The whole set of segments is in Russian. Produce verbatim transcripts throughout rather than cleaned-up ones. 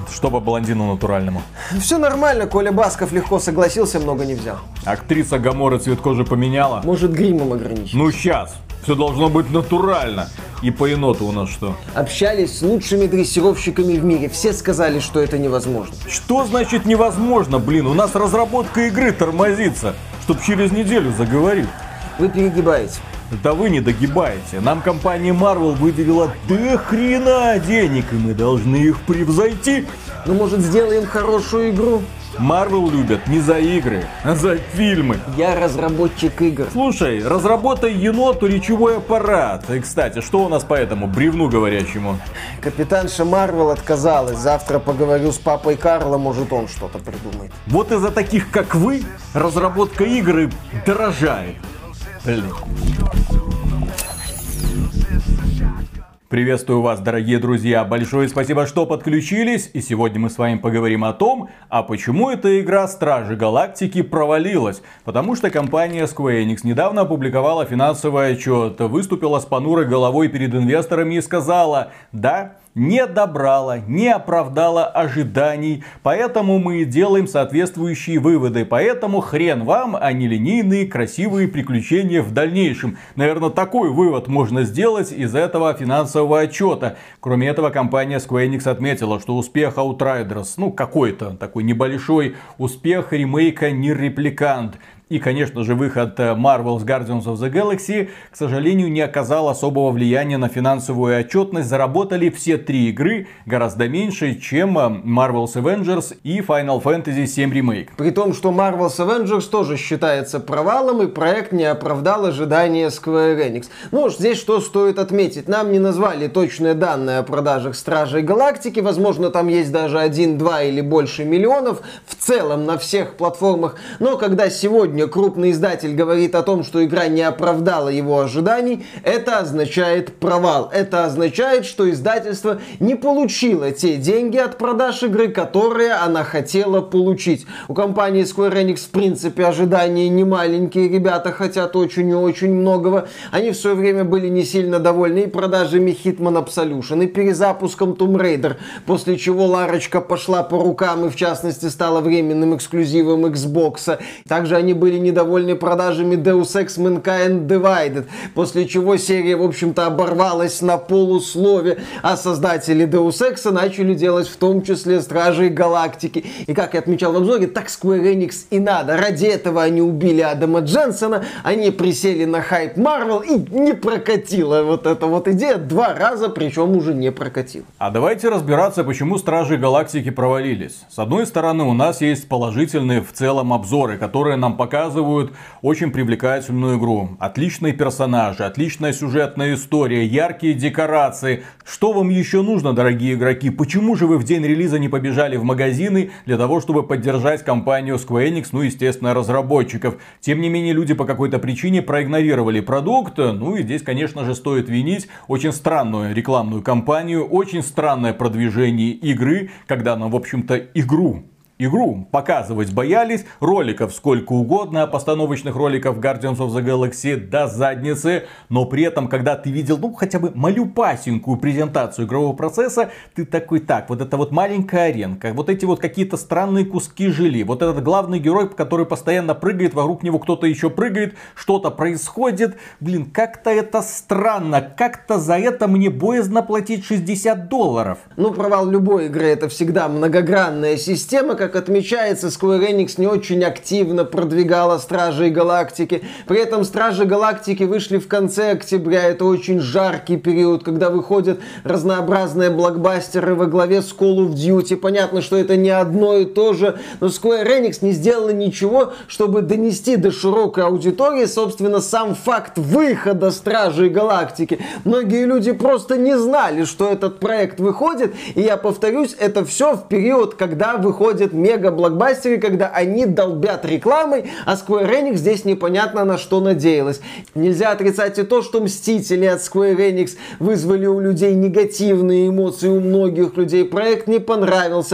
что по блондину натуральному? Все нормально, Коля Басков легко согласился, много не взял. Актриса Гамора цвет кожи поменяла? Может, гримом ограничить? Ну сейчас, все должно быть натурально. И по еноту у нас что? Общались с лучшими дрессировщиками в мире, все сказали, что это невозможно. Что значит невозможно, блин? У нас разработка игры тормозится, чтоб через неделю заговорить. Вы перегибаете. Да вы не догибаете. Нам компания Marvel выделила до хрена денег, и мы должны их превзойти. Ну, может, сделаем хорошую игру? Marvel любят не за игры, а за фильмы. Я разработчик игр. Слушай, разработай еноту речевой аппарат. И, кстати, что у нас по этому бревну говорящему? Капитанша Марвел отказалась. Завтра поговорю с папой Карла, может, он что-то придумает. Вот из-за таких, как вы, разработка игры дорожает. Блин. Приветствую вас, дорогие друзья, большое спасибо, что подключились, и сегодня мы с вами поговорим о том, а почему эта игра Стражи Галактики провалилась. Потому что компания Square Enix недавно опубликовала финансовый отчет, выступила с понурой головой перед инвесторами и сказала: да, не добрала, не оправдала ожиданий, поэтому мы делаем соответствующие выводы. Поэтому хрен вам, а не линейные красивые приключения в дальнейшем. Наверное, такой вывод можно сделать из этого финансового отчета. Кроме этого, компания Square Enix отметила, что успех Outriders, ну какой-то такой небольшой успех ремейка Nier Replicant, и, конечно же, выход Marvel's Guardians of the Galaxy, к сожалению, не оказал особого влияния на финансовую отчетность. Заработали все три игры гораздо меньше, чем Marvel's Avengers и Final Fantasy семь Remake. При том, что Marvel's Avengers тоже считается провалом, и проект не оправдал ожидания Square Enix. Ну уж здесь что стоит отметить. Нам не назвали точные данные о продажах Стражей Галактики. Возможно, там есть даже один, два или больше миллионов в целом на всех платформах. Но когда сегодня крупный издатель говорит о том, что игра не оправдала его ожиданий, это означает провал. Это означает, что издательство не получило те деньги от продаж игры, которые она хотела получить. У компании Square Enix, в принципе, ожидания не маленькие. Ребята хотят очень и очень многого. Они в свое время были не сильно довольны и продажами Hitman Absolution, и перезапуском Tomb Raider, после чего Ларочка пошла по рукам и, в частности, стала временным эксклюзивом Xbox. Также они были недовольны продажами Deus Ex Mankind Divided, после чего серия, в общем-то, оборвалась на полуслове, а создатели Deus Ex начали делать в том числе Стражей Галактики. И, как я отмечал в обзоре, так Square Enix и надо. Ради этого они убили Адама Дженсона, они присели на хайп Marvel, и не прокатила вот эта вот идея два раза, причем уже не прокатила. А давайте разбираться, почему Стражи Галактики провалились. С одной стороны, у нас есть положительные в целом обзоры, которые нам показывают показывают очень привлекательную игру. Отличные персонажи, отличная сюжетная история, яркие декорации. Что вам еще нужно, дорогие игроки? Почему же вы в день релиза не побежали в магазины для того, чтобы поддержать компанию Square Enix, ну, естественно, разработчиков? Тем не менее, люди по какой-то причине проигнорировали продукт. Ну и здесь, конечно же, стоит винить очень странную рекламную кампанию, очень странное продвижение игры, когда она, в общем-то, игру Игру показывать боялись, роликов сколько угодно, постановочных роликов Guardians of the Galaxy до задницы, но при этом, когда ты видел, ну, хотя бы малюпасенькую презентацию игрового процесса, ты такой: так, вот это вот маленькая аренка, вот эти вот какие-то странные куски желе, вот этот главный герой, который постоянно прыгает, вокруг него кто-то еще прыгает, что-то происходит, блин, как-то это странно, как-то за это мне боязно платить шестьдесят долларов. Ну, провал любой игры — это всегда многогранная система. Как отмечается, Square Enix не очень активно продвигала Стражей Галактики. При этом Стражи Галактики вышли в конце октября. Это очень жаркий период, когда выходят разнообразные блокбастеры во главе с Call of Duty. Понятно, что это не одно и то же, но Square Enix не сделала ничего, чтобы донести до широкой аудитории, собственно, сам факт выхода Стражей Галактики. Многие люди просто не знали, что этот проект выходит, и я повторюсь, это все в период, когда выходит мега-блокбастеры, когда они долбят рекламой, а Square Enix здесь непонятно на что надеялась. Нельзя отрицать и то, что Мстители от Square Enix вызвали у людей негативные эмоции, у многих людей проект не понравился. В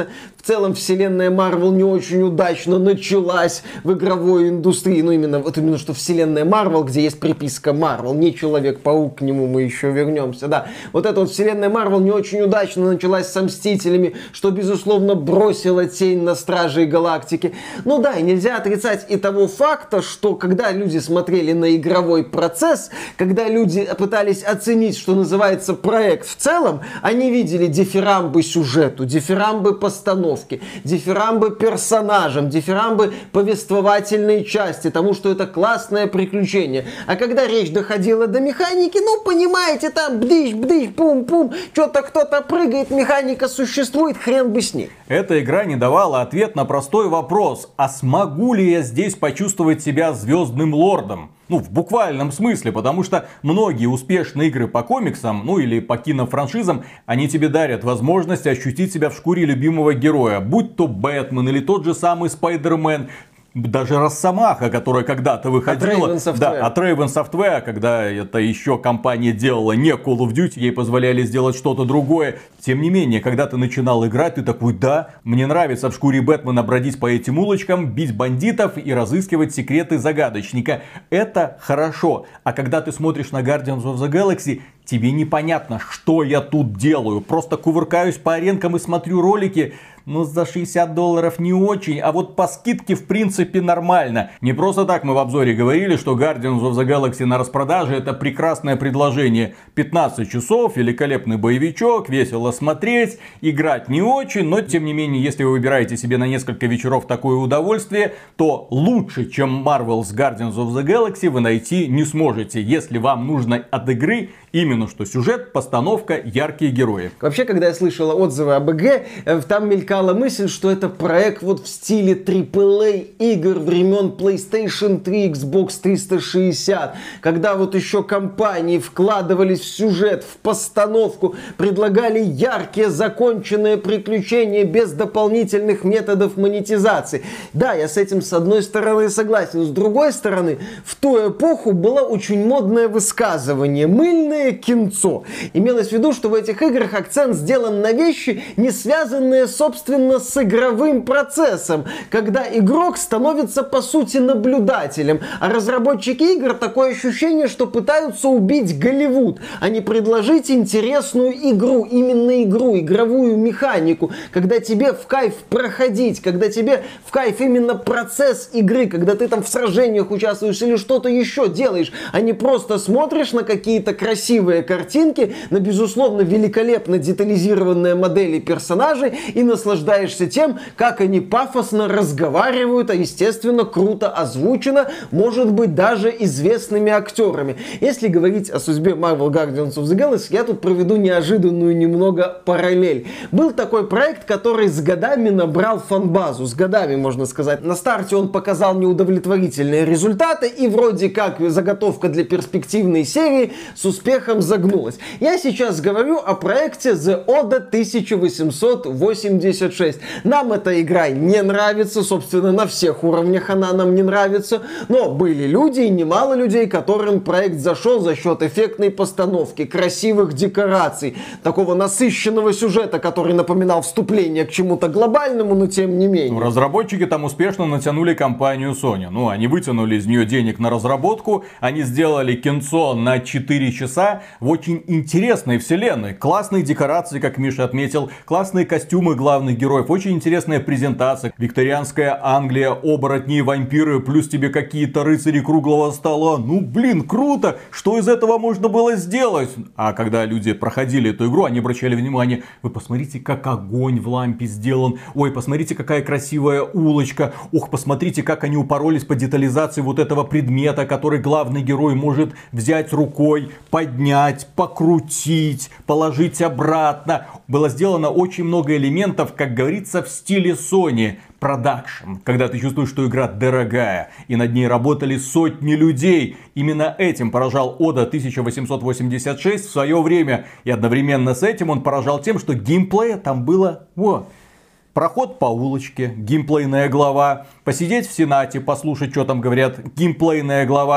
В целом вселенная Марвел не очень удачно началась в игровой индустрии. Ну, именно, вот именно что вселенная Марвел, где есть приписка Марвел, не Человек-паук, к нему мы еще вернемся, да. Вот эта вот вселенная Марвел не очень удачно началась со Мстителями, что, безусловно, бросило тень на Стражей Галактики. Ну да, и нельзя отрицать и того факта, что когда люди смотрели на игровой процесс, когда люди пытались оценить, что называется, проект в целом, они видели дифирамбы сюжету, дифирамбы постановки, дифирамбы персонажам, дифирамбы повествовательной части, тому, что это классное приключение. А когда речь доходила до механики, ну, понимаете, там бдыщ, бдыщ, пум-пум, что-то кто-то прыгает, механика существует, хрен бы с ней. Эта игра не давала ответ на простой вопрос: а смогу ли я здесь почувствовать себя звездным лордом? Ну, в буквальном смысле, потому что многие успешные игры по комиксам, ну или по кинофраншизам, они тебе дарят возможность ощутить себя в шкуре любимого героя, будь то Бэтмен или тот же самый Спайдермен. Даже Росомаха, которая когда-то выходила от Raven да, от Raven Software, когда это еще компания делала не Call of Duty, ей позволяли сделать что-то другое. Тем не менее, когда ты начинал играть, ты такой: да, мне нравится в шкуре Бэтмена бродить по этим улочкам, бить бандитов и разыскивать секреты загадочника. Это хорошо. А когда ты смотришь на Guardians of the Galaxy, тебе непонятно, что я тут делаю. Просто кувыркаюсь по аренкам и смотрю ролики. Ну, за шестьдесят долларов не очень, а вот по скидке в принципе нормально. Не просто так мы в обзоре говорили, что Guardians of the Galaxy на распродаже — это прекрасное предложение. пятнадцать часов, великолепный боевичок, весело смотреть, играть не очень, но тем не менее, если вы выбираете себе на несколько вечеров такое удовольствие, то лучше, чем Marvel's Guardians of the Galaxy, вы найти не сможете, если вам нужно от игры именно что сюжет, постановка, яркие герои. Вообще, когда я слышала отзывы об ИГ, там мелькала мысль, что это проект вот в стиле трипл эй игр времен PlayStation три, Xbox триста шестьдесят, когда вот еще компании вкладывались в сюжет, в постановку, предлагали яркие законченные приключения без дополнительных методов монетизации. Да, я с этим с одной стороны согласен, но с другой стороны, в ту эпоху было очень модное высказывание: мыльное кинцо. Имелось в виду, что в этих играх акцент сделан на вещи, не связанные, собственно, с игровым процессом, когда игрок становится, по сути, наблюдателем, а разработчики игр — такое ощущение, что пытаются убить Голливуд, а не предложить интересную игру, именно игру, игровую механику, когда тебе в кайф проходить, когда тебе в кайф именно процесс игры, когда ты там в сражениях участвуешь или что-то еще делаешь, а не просто смотришь на какие-то красивые картинки, на, безусловно, великолепно детализированные модели персонажей и наслаждаешься тем, как они пафосно разговаривают, а, естественно, круто озвучено, может быть, даже известными актерами. Если говорить о судьбе Marvel Guardians of the Galaxy, я тут проведу неожиданную немного параллель. Был такой проект, который с годами набрал фан-базу, с годами, можно сказать. На старте он показал неудовлетворительные результаты, и вроде как заготовка для перспективной серии с успехом загнулась. Я сейчас говорю о проекте The Order тысяча восемьсот восемьдесят шесть. Нам эта игра не нравится, собственно, на всех уровнях она нам не нравится, но были люди, и немало людей, которым проект зашел за счет эффектной постановки, красивых декораций, такого насыщенного сюжета, который напоминал вступление к чему-то глобальному, но тем не менее. Ну, разработчики там успешно натянули компанию Sony. Ну, они вытянули из нее денег на разработку, они сделали кинцо на четыре часа в очень интересной вселенной. Классные декорации, как Миша отметил, классные костюмы главных героев, очень интересная презентация. Викторианская Англия, оборотни, вампиры, плюс тебе какие-то рыцари круглого стола. Ну, блин, круто! Что из этого можно было сделать? А когда люди проходили эту игру, они обращали внимание: вы посмотрите, как огонь в лампе сделан. Ой, посмотрите, какая красивая улочка. Ох, посмотрите, как они упоролись по детализации вот этого предмета, который главный герой может взять рукой, поднять, покрутить, положить обратно. Было сделано очень много элементов, как говорится, в стиле Sony. Продакшн, когда ты чувствуешь, что игра дорогая, и над ней работали сотни людей. Именно этим поражал Oda тысяча восемьсот восемьдесят шесть в свое время. И одновременно с этим он поражал тем, что геймплея там было... Во, проход по улочке, геймплейная глава. Посидеть в Сенате, послушать, что там говорят, геймплейная глава.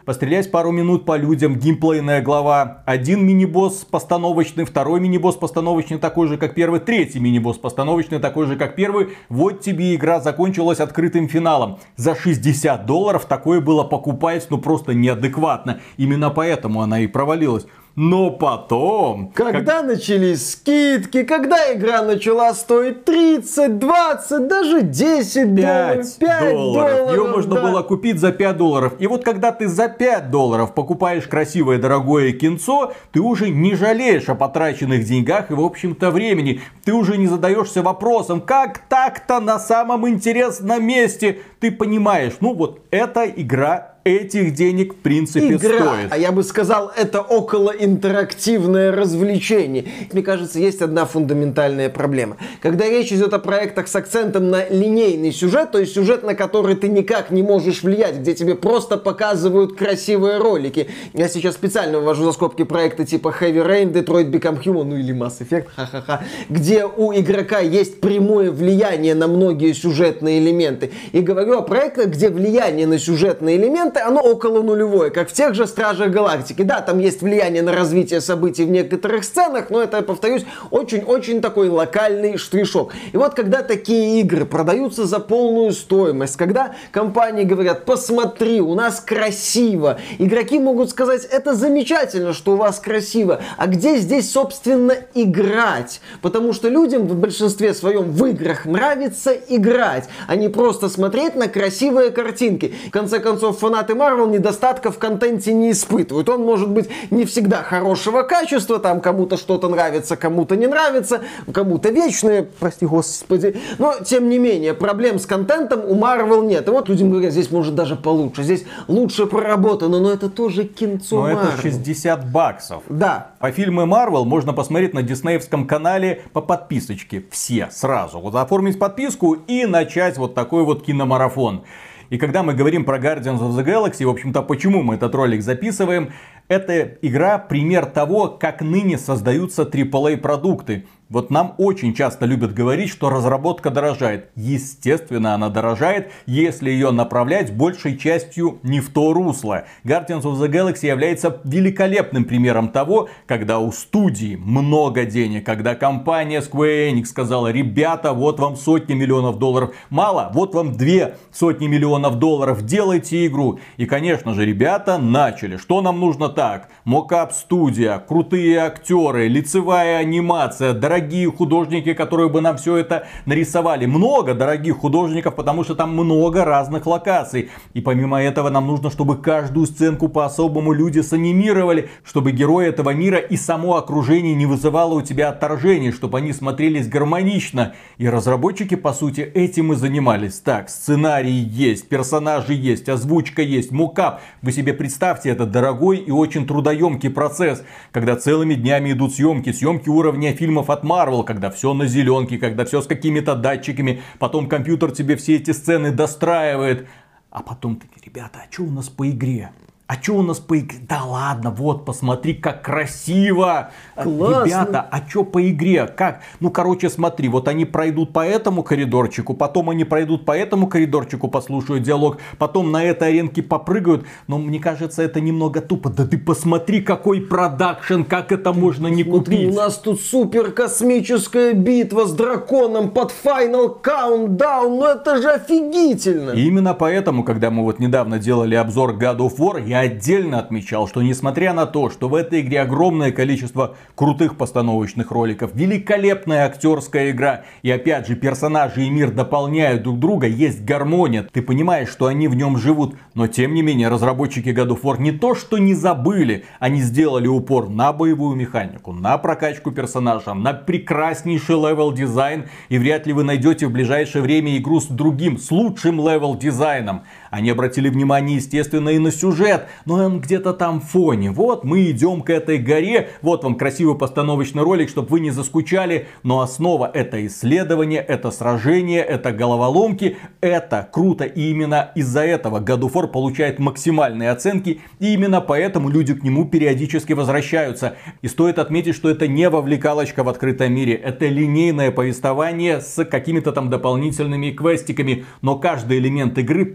пострелять пару минут по людям, геймплейная глава, один мини-босс постановочный, второй мини-босс постановочный такой же, как первый, третий мини-босс постановочный такой же, как первый. Вот тебе игра закончилась открытым финалом. За шестьдесят долларов такое было покупать, ну просто неадекватно. Именно поэтому она и провалилась. Но потом... Когда как... начались скидки, когда игра начала стоить тридцать, двадцать, даже десять долларов, пять долларов. Ее можно да. было купить за пять долларов. И вот когда ты за пять долларов покупаешь красивое дорогое кинцо, ты уже не жалеешь о потраченных деньгах и, в общем-то, времени. Ты уже не задаешься вопросом, как так-то на самом интересном месте. Ты понимаешь, ну вот эта игра этих денег в принципе Игра, стоит. А я бы сказал, это околоинтерактивное развлечение. Мне кажется, есть одна фундаментальная проблема. Когда речь идет о проектах с акцентом на линейный сюжет, то есть сюжет, на который ты никак не можешь влиять, где тебе просто показывают красивые ролики. Я сейчас специально ввожу за скобки проекты типа Heavy Rain, Detroit Become Human, ну или Mass Effect, ха-ха-ха, где у игрока есть прямое влияние на многие сюжетные элементы. И говорю о проектах, где влияние на сюжетные элементы оно около нулевое, как в тех же Стражах Галактики. Да, там есть влияние на развитие событий в некоторых сценах, но это, повторюсь, очень-очень такой локальный штришок. И вот когда такие игры продаются за полную стоимость, когда компании говорят, посмотри, у нас красиво, игроки могут сказать, это замечательно, что у вас красиво, а где здесь, собственно, играть? Потому что людям в большинстве своем в играх нравится играть, а не просто смотреть на красивые картинки. В конце концов, фанаты Marvel недостатков в контенте не испытывают. Он может быть не всегда хорошего качества, там кому-то что-то нравится, кому-то не нравится, кому-то вечное, прости господи. Но, тем не менее, проблем с контентом у Marvel нет. И вот людям говорят, здесь может даже получше, здесь лучше проработано, но это тоже кинцо Но Marvel. это шестьдесят баксов. Да. А фильмы Marvel можно посмотреть на диснеевском канале по подписочке. Все сразу. Вот оформить подписку и начать вот такой вот киномарафон. И когда мы говорим про Guardians of the Galaxy, в общем-то, почему мы этот ролик записываем, эта игра пример того, как ныне создаются трипл эй продукты. Вот нам очень часто любят говорить, что разработка дорожает. Естественно, она дорожает, если ее направлять большей частью не в то русло. Guardians of the Galaxy является великолепным примером того, когда у студии много денег, когда компания Square Enix сказала, ребята, вот вам сотни миллионов долларов. Мало, вот вам две сотни миллионов долларов, делайте игру. И, конечно же, ребята начали. Что нам нужно так? Мокап студия, крутые актеры, лицевая анимация, дорогие Дорогие художники, которые бы нам все это нарисовали. Много дорогих художников, потому что там много разных локаций. И помимо этого нам нужно, чтобы каждую сценку по-особому люди санимировали, чтобы герои этого мира и само окружение не вызывало у тебя отторжения, чтобы они смотрелись гармонично. И разработчики, по сути, этим и занимались. Так, сценарий есть, персонажи есть, озвучка есть, мокап. Вы себе представьте, это дорогой и очень трудоемкий процесс, когда целыми днями идут съемки, съемки уровня фильмов от Marvel, когда все на зеленке, когда все с какими-то датчиками, потом компьютер тебе все эти сцены достраивает, а потом ты, ребята, а что у нас по игре? А что у нас по игре? Да ладно, вот, посмотри, как красиво. Классно. Ребята, а что по игре? Как? Ну, короче, смотри, вот они пройдут по этому коридорчику, потом они пройдут по этому коридорчику, послушают диалог, потом на этой аренке попрыгают. Но мне кажется, это немного тупо. Да ты посмотри, какой продакшн, как это можно не Смотри, купить. у нас тут супер космическая битва с драконом под Final Countdown. Ну это же офигительно. И именно поэтому, когда мы вот недавно делали обзор God of War, я отдельно отмечал, что несмотря на то, что в этой игре огромное количество крутых постановочных роликов, великолепная актерская игра, и опять же персонажи и мир дополняют друг друга, есть гармония, ты понимаешь, что они в нем живут, но тем не менее разработчики God of War не то что не забыли, они сделали упор на боевую механику, на прокачку персонажа, на прекраснейший левел дизайн, и вряд ли вы найдете в ближайшее время игру с другим, с лучшим левел дизайном. Они обратили внимание, естественно, и на сюжет, но он где-то там в фоне. Вот мы идем к этой горе, вот вам красивый постановочный ролик, чтобы вы не заскучали. Но основа — это исследование, это сражение, это головоломки, это круто. И именно из-за этого God of War получает максимальные оценки, и именно поэтому люди к нему периодически возвращаются. И стоит отметить, что это не вовлекалочка в открытом мире, это линейное повествование с какими-то там дополнительными квестиками, но каждый элемент игры проработан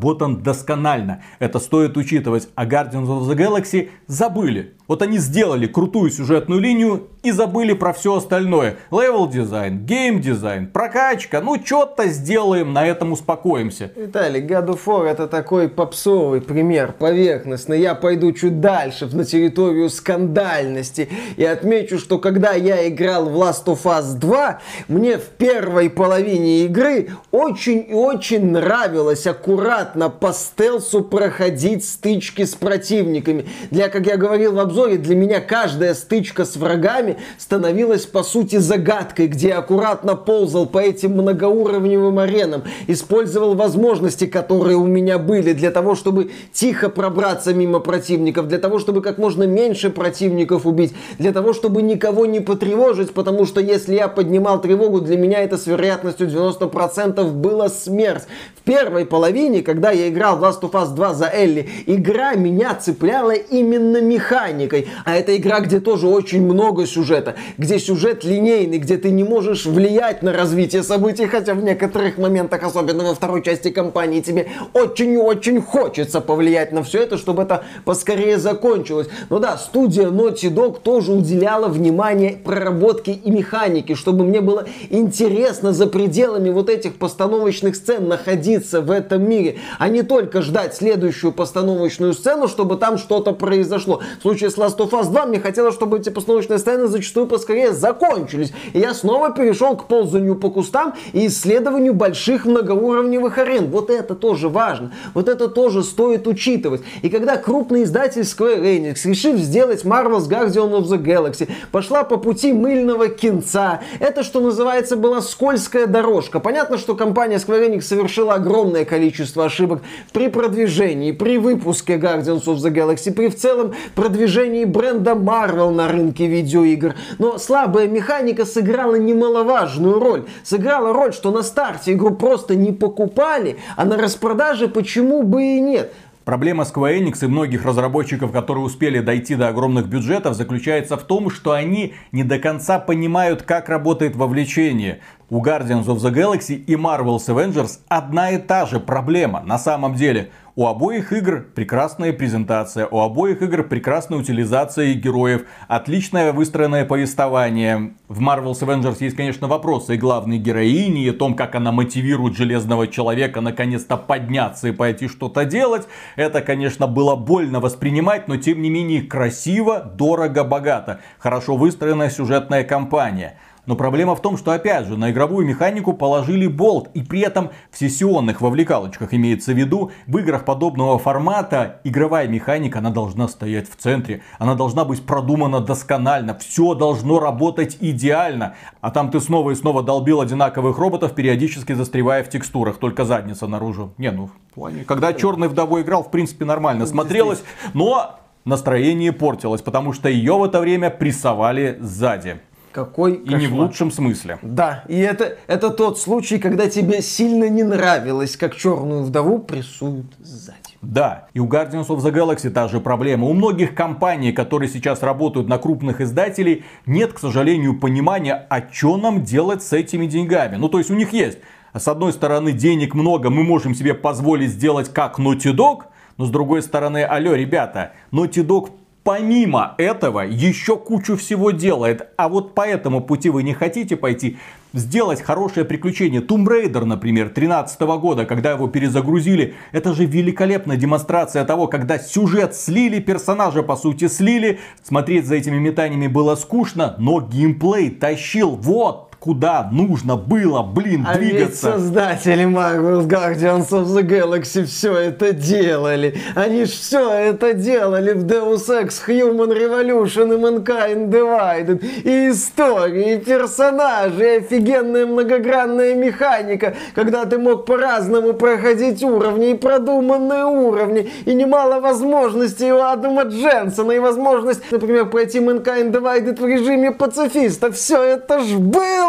проработан досконально. Это стоит учитывать. А Guardians of the Galaxy забыли. Вот они сделали крутую сюжетную линию и забыли про все остальное. Левел дизайн, гейм дизайн, прокачка. Ну, что-то сделаем, на этом успокоимся. Виталий, God of War это такой попсовый пример, поверхностный. Я пойду чуть дальше, на территорию скандальности. И отмечу, что когда я играл в Last of Us два, мне в первой половине игры очень и очень нравилось аккуратно по стелсу проходить стычки с противниками. Для, как я говорил в обзоре, для меня каждая стычка с врагами становилась по сути загадкой, где я аккуратно ползал по этим многоуровневым аренам, использовал возможности, которые у меня были, для того, чтобы тихо пробраться мимо противников, для того, чтобы как можно меньше противников убить, для того, чтобы никого не потревожить, потому что если я поднимал тревогу, для меня это с вероятностью девяносто процентов было смерть. В первой половине, когда я играл в Last of Us два за Элли, игра меня цепляла именно механикой. А это игра, где тоже очень много сюжета, где сюжет линейный, где ты не можешь влиять на развитие событий, хотя в некоторых моментах, особенно во второй части кампании, тебе очень и очень хочется повлиять на все это, чтобы это поскорее закончилось. Но да, студия Naughty Dog тоже уделяла внимание проработке и механике, чтобы мне было интересно за пределами вот этих постановочных сцен находиться в этом мире, а не только ждать следующую постановочную сцену, чтобы там что-то произошло. В случае с Last of Us два мне хотелось, чтобы эти постановочные сцены зачастую поскорее закончились. И я снова перешел к ползанию по кустам и исследованию больших многоуровневых арен. Вот это тоже важно. Вот это тоже стоит учитывать. И когда крупный издатель Square Enix, решив сделать Marvel's Guardians of the Galaxy, пошла по пути мыльного кинца, это, что называется, была скользкая дорожка. Понятно, что компания Square Enix совершила огромное количество ошибок при продвижении, при выпуске Guardians of the Galaxy, при в целом продвижении бренда Marvel на рынке видеоигр. Но слабая механика сыграла немаловажную роль. Сыграла роль, что на старте игру просто не покупали, а на распродаже почему бы и нет. Проблема Square Enix и многих разработчиков, которые успели дойти до огромных бюджетов, заключается в том, что они не до конца понимают, как работает вовлечение. У Guardians of the Galaxy и Marvel's Avengers одна и та же проблема на самом деле. У обоих игр прекрасная презентация, у обоих игр прекрасная утилизация героев, отличное выстроенное повествование. В Marvel's Avengers есть, конечно, вопросы и главной героини, и о том, как она мотивирует Железного Человека наконец-то подняться и пойти что-то делать. Это, конечно, было больно воспринимать, но тем не менее красиво, дорого, богато. Хорошо выстроенная сюжетная кампания. Но проблема в том, что опять же на игровую механику положили болт. И при этом в сессионных вовлекалочках имеется в виду, в играх подобного формата игровая механика, она должна стоять в центре. Она должна быть продумана досконально. Все должно работать идеально. А там ты снова и снова долбил одинаковых роботов, периодически застревая в текстурах. Только задница наружу. Не, ну в плане... Когда Черный Вдову играл, в принципе нормально смотрелось. Но настроение портилось, потому что ее в это время прессовали сзади. Какой и кошмар. Не в лучшем смысле. Да, и это, это тот случай, когда тебе сильно не нравилось, как Черную Вдову прессуют сзади. Да, и у Guardians of the Galaxy та же проблема. У многих компаний, которые сейчас работают на крупных издателей, нет, к сожалению, понимания, а что нам делать с этими деньгами. Ну, то есть у них есть, с одной стороны, денег много, мы можем себе позволить сделать как Naughty Dog, но с другой стороны, алло, ребята, Naughty Dog помимо этого еще кучу всего делает. А вот по этому пути вы не хотите пойти? Сделать хорошее приключение. Tomb Raider, например, тринадцатого года, когда его перезагрузили. Это же великолепная демонстрация того, когда сюжет слили, персонажа по сути слили. Смотреть за этими метаниями было скучно, но геймплей тащил. Вот куда нужно было, блин, а двигаться. А ведь создатели Marvel's Guardians of the Galaxy все это делали. Они ж все это делали в Deus Ex Human Revolution и Mankind Divided. И истории, и персонажи, и офигенная многогранная механика, когда ты мог по-разному проходить уровни, и продуманные уровни, и немало возможностей у Адама Дженсона, и возможность, например, пройти Mankind Divided в режиме пацифиста. Все это ж было!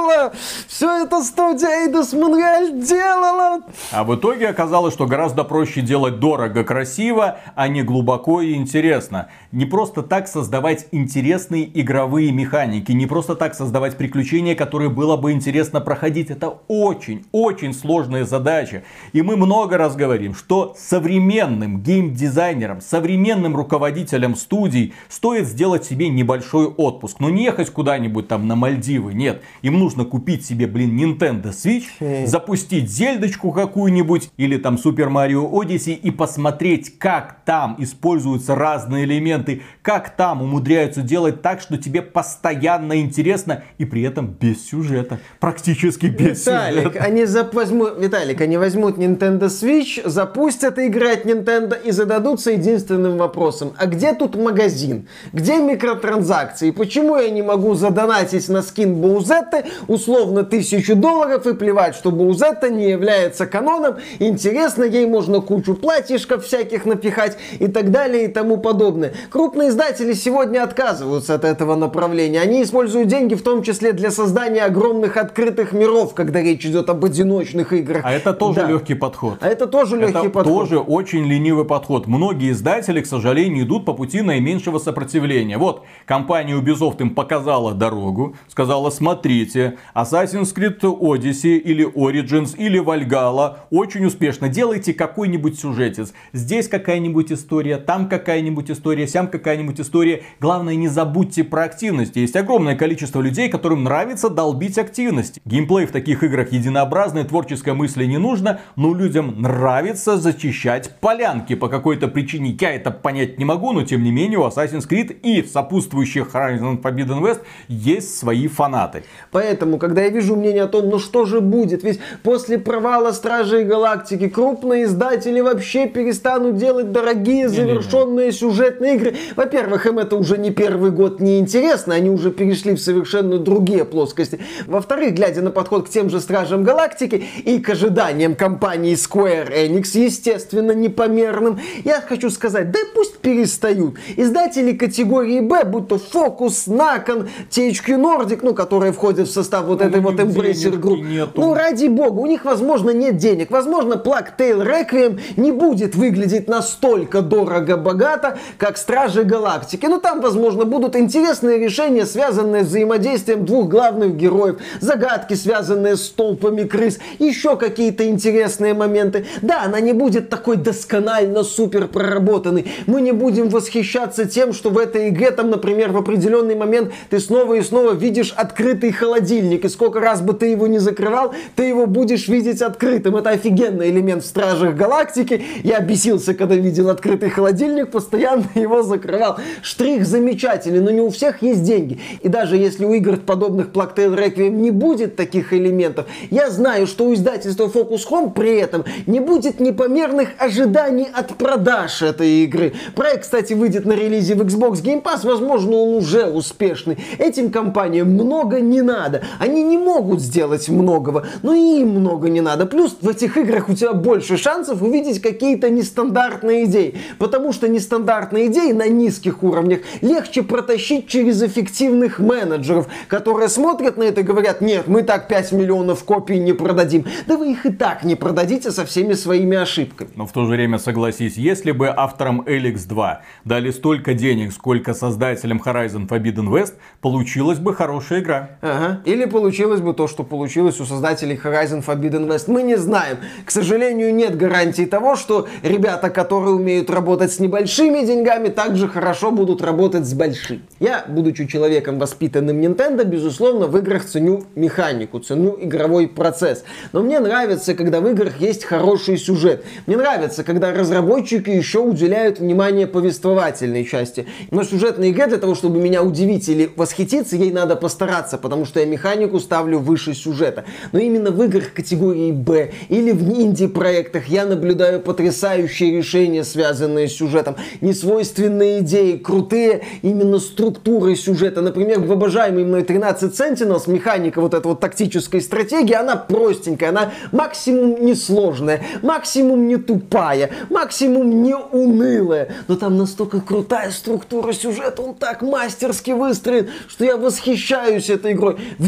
делала! Все это студия Eidos Montreal делала! А в итоге оказалось, что гораздо проще делать дорого, красиво, а не глубоко и интересно. Не просто так создавать интересные игровые механики, не просто так создавать приключения, которые было бы интересно проходить. Это очень, очень сложная задача. И мы много раз говорим, что современным геймдизайнерам, современным руководителям студий стоит сделать себе небольшой отпуск. Но не ехать куда-нибудь там на Мальдивы, нет. Им нужно купить себе, блин, Nintendo Switch, запустить Зельдочку какую-нибудь или там Super Mario Odyssey и посмотреть, как там используются разные элементы, как там умудряются делать так, что тебе постоянно интересно и при этом без сюжета. Практически без Виталик, сюжета. Они зап- возьмут, Виталик, они возьмут Nintendo Switch, запустят играть Nintendo и зададутся единственным вопросом. А где тут магазин? Где микротранзакции? Почему я не могу задонатить на скин Боузетты условно тысячу долларов и плевать, что Боузетта не является каноном? Интересно, ей можно кучу платьишков всяких напихать и так далее и тому подобное. Крупные издатели сегодня отказываются от этого направления. Они используют деньги в том числе для создания огромных открытых миров, когда речь идет об одиночных играх. А это тоже Да. легкий подход. А это тоже легкий Это подход. тоже очень ленивый подход. Многие издатели, к сожалению, идут по пути наименьшего сопротивления. Вот, компания Ubisoft им показала дорогу, сказала: смотрите, Assassin's Creed Odyssey или Origins или Valhalla очень успешно. Делайте какой-нибудь сюжетец. Здесь какая-нибудь история, там какая-нибудь история, сям какая-нибудь история. Главное, не забудьте про активность. Есть огромное количество людей, которым нравится долбить активность. Геймплей в таких играх единообразный, творческой мысли не нужно, но людям нравится зачищать полянки. По какой-то причине я это понять не могу, но тем не менее у Assassin's Creed и в сопутствующих Horizon Forbidden West есть свои фанаты. Поэтому, когда я вижу мнение о том, ну что же будет, ведь после провала Стражей Галактики крупные издатели вообще перестанут делать дорогие завершенные сюжетные игры. Во-первых, им это уже не первый год не интересно, они уже перешли в совершенно другие плоскости. Во-вторых, глядя на подход к тем же Стражам Галактики и к ожиданиям компании Square Enix, естественно, непомерным, я хочу сказать, да пусть перестают. Издатели категории Б, будь то Focus, Nacon, ти эйч кью Nordic, ну, которые входят в состав вот Ну, этой вот Embracer Group. Нету. Ну, ради бога, у них, возможно, нет денег. Возможно, Plague Tale Requiem не будет выглядеть настолько дорого-богато, как Стражи Галактики. Ну, там, возможно, будут интересные решения, связанные с взаимодействием двух главных героев, загадки, связанные с толпами крыс, еще какие-то интересные моменты. Да, она не будет такой досконально супер проработанной. Мы не будем восхищаться тем, что в этой игре, там, например, в определенный момент ты снова и снова видишь открытый холодильник, и сколько раз бы ты его не закрывал, ты его будешь видеть открытым. Это офигенный элемент в Стражах Галактики. Я бесился, когда видел открытый холодильник, постоянно его закрывал. Штрих замечательный, но не у всех есть деньги. И даже если у игр подобных Plague Tale Requiem не будет таких элементов, я знаю, что у издательства Focus Home при этом не будет непомерных ожиданий от продаж этой игры. Проект, кстати, выйдет на релизе в Xbox Game Pass, возможно, он уже успешный. Этим компаниям много не надо. Они не могут сделать многого, но и им много не надо. Плюс в этих играх у тебя больше шансов увидеть какие-то нестандартные идеи, потому что нестандартные идеи на низких уровнях легче протащить через эффективных менеджеров, которые смотрят на это и говорят: нет, мы так пять миллионов копий не продадим. Да вы их и так не продадите со всеми своими ошибками. Но в то же время, согласись, если бы авторам Эликс два дали столько денег, сколько создателям Horizon Forbidden West, получилась бы хорошая игра. Ага. Или получилось бы то, что получилось у создателей Horizon Forbidden West. Мы не знаем. К сожалению, нет гарантии того, что ребята, которые умеют работать с небольшими деньгами, также хорошо будут работать с большими. Я, будучи человеком, воспитанным Nintendo, безусловно, в играх ценю механику, ценю игровой процесс. Но мне нравится, когда в играх есть хороший сюжет. Мне нравится, когда разработчики еще уделяют внимание повествовательной части. Но сюжетной игре для того, чтобы меня удивить или восхититься, ей надо постараться, потому что я механику ставлю выше сюжета. Но именно в играх категории Б или в инди-проектах я наблюдаю потрясающие решения, связанные с сюжетом. Несвойственные идеи, крутые именно структуры сюжета. Например, в обожаемой мной тринадцать Sentinels механика вот этой вот тактической стратегии, она простенькая, она максимум несложная, максимум не тупая, максимум не унылая. Но там настолько крутая структура сюжета, он так мастерски выстроен, что я восхищаюсь этой игрой. В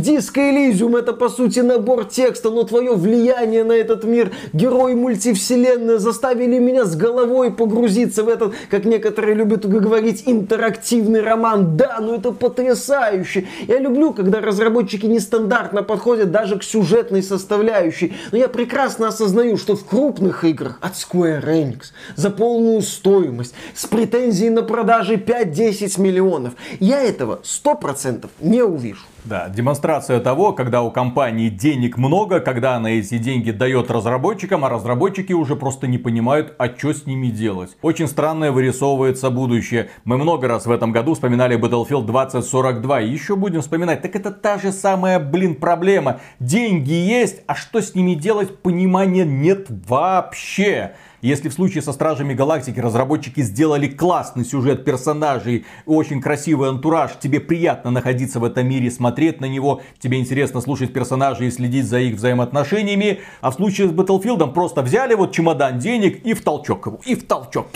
Disco Elysium это по сути набор текста, но твое влияние на этот мир, герой мультивселенной заставили меня с головой погрузиться в этот, как некоторые любят говорить, интерактивный роман. Да, ну это потрясающе. Я люблю, когда разработчики нестандартно подходят даже к сюжетной составляющей. Но я прекрасно осознаю, что в крупных играх от Square Enix за полную стоимость, с претензией на продажи пять-десять миллионов, я этого сто процентов не увижу. Да, демонстрация того, когда у компании денег много, когда она эти деньги дает разработчикам, а разработчики уже просто не понимают, а что с ними делать. Очень странное вырисовывается будущее. Мы много раз в этом году вспоминали Battlefield двадцать сорок два, и еще будем вспоминать. Так это та же самая, блин, проблема. Деньги есть, а что с ними делать, понимания нет вообще. Если в случае со Стражами Галактики разработчики сделали классный сюжет персонажей, очень красивый антураж, тебе приятно находиться в этом мире, смотреть на него, тебе интересно слушать персонажей и следить за их взаимоотношениями, а в случае с Battlefield просто взяли вот чемодан денег и в толчок его, и в толчок,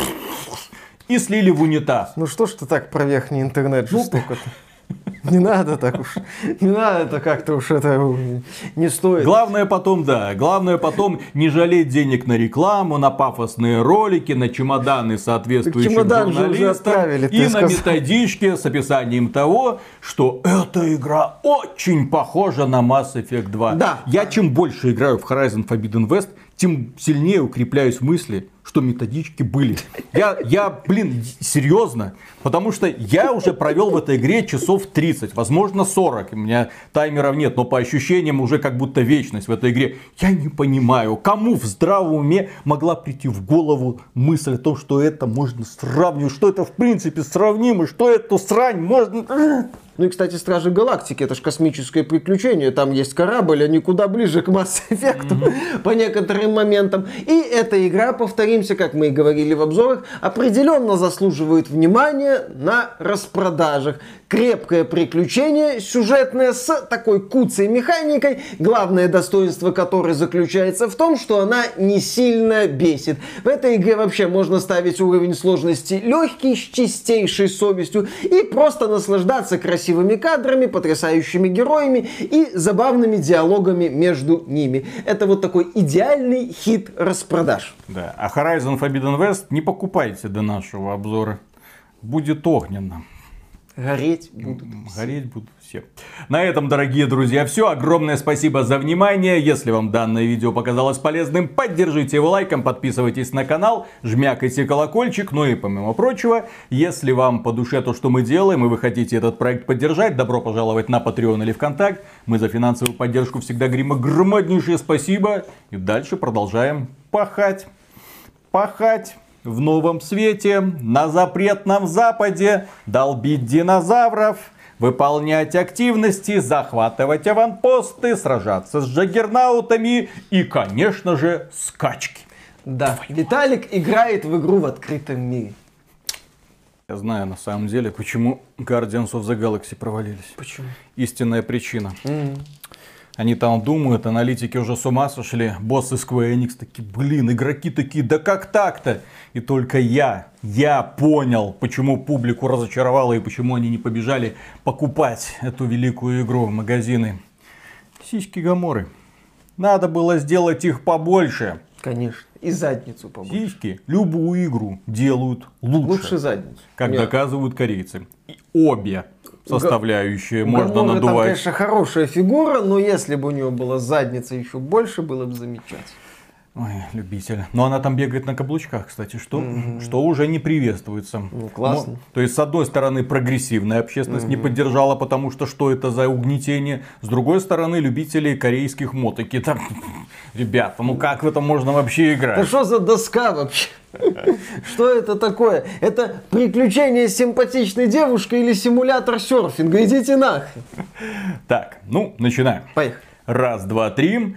и слили в унитаз. Ну что ж ты так про верхний интернет жестоко-то? Не надо так уж. Не надо это как-то уж это не стоит. Главное потом, да, главное потом не жалеть денег на рекламу, на пафосные ролики, на чемоданы соответствующих чемодан же уже журналистов отправили, и на сказал. методичке с описанием того, что эта игра очень похожа на Mass Effect два. Да. Я чем больше играю в Horizon Forbidden West, тем сильнее укрепляюсь в мысли, что методички были. Я, я, блин, серьезно. Потому что я уже провел в этой игре часов тридцать, возможно сорок. У меня таймеров нет, но по ощущениям уже как будто вечность в этой игре. Я не понимаю, кому в здравом уме могла прийти в голову мысль о том, что это можно сравнивать, что это в принципе сравнимо, что эту срань можно... Ну и, кстати, Стражи Галактики, это же космическое приключение. Там есть корабль, они куда ближе к Mass Effect mm-hmm. по некоторым моментам. И эта игра, повторимся, как мы и говорили в обзорах, определенно заслуживает внимания на распродажах. Крепкое приключение, сюжетное, с такой куцей механикой, главное достоинство которой заключается в том, что она не сильно бесит. В этой игре вообще можно ставить уровень сложности легкий, с чистейшей совестью, и просто наслаждаться красивыми кадрами, потрясающими героями и забавными диалогами между ними. Это вот такой идеальный хит распродаж. Да, а Horizon Forbidden West не покупайте до нашего обзора. Будет огненно. Гореть будут все. Гореть будут все. На этом, дорогие друзья, все. Огромное спасибо за внимание. Если вам данное видео показалось полезным, поддержите его лайком, подписывайтесь на канал, жмякайте колокольчик. Ну и помимо прочего, если вам по душе то, что мы делаем, и вы хотите этот проект поддержать, добро пожаловать на Patreon или ВКонтакт. Мы за финансовую поддержку всегда говорим огромнейшее спасибо. И дальше продолжаем пахать. Пахать. В новом свете, на запретном западе, долбить динозавров, выполнять активности, захватывать аванпосты, сражаться с джаггернаутами и, конечно же, скачки. Да, Виталик играет в игру в открытом мире. Я знаю на самом деле, почему Guardians of the Galaxy провалились. Почему? Истинная причина. Mm-hmm. Они там думают, аналитики уже с ума сошли, боссы Square Enix такие, блин, игроки такие, да как так-то? И только я, я понял, почему публику разочаровало и почему они не побежали покупать эту великую игру в магазины. Сиськи Гаморы. Надо было сделать их побольше. Конечно. И задницу побольше. Сиськи любую игру делают лучше. Лучше задницу. Как Нет. доказывают корейцы. И обе составляющие Г... можно Гамора надувать. Там, конечно, хорошая фигура, но если бы у нее была задница еще больше, было бы замечательно. Ой, любитель. Но она там бегает на каблучках, кстати, что, mm-hmm. что уже не приветствуется. Ну, классно. Но, то есть, с одной стороны, прогрессивная общественность mm-hmm. не поддержала, потому что что это за угнетение. С другой стороны, любители корейских мод такие, там, ребята, ну как в это можно вообще играть? Да что за доска вообще? Что это такое? Это приключение с симпатичной девушкой или симулятор серфинга? Идите нахрен. Так, ну, начинаем. Поехали. Раз, два, три.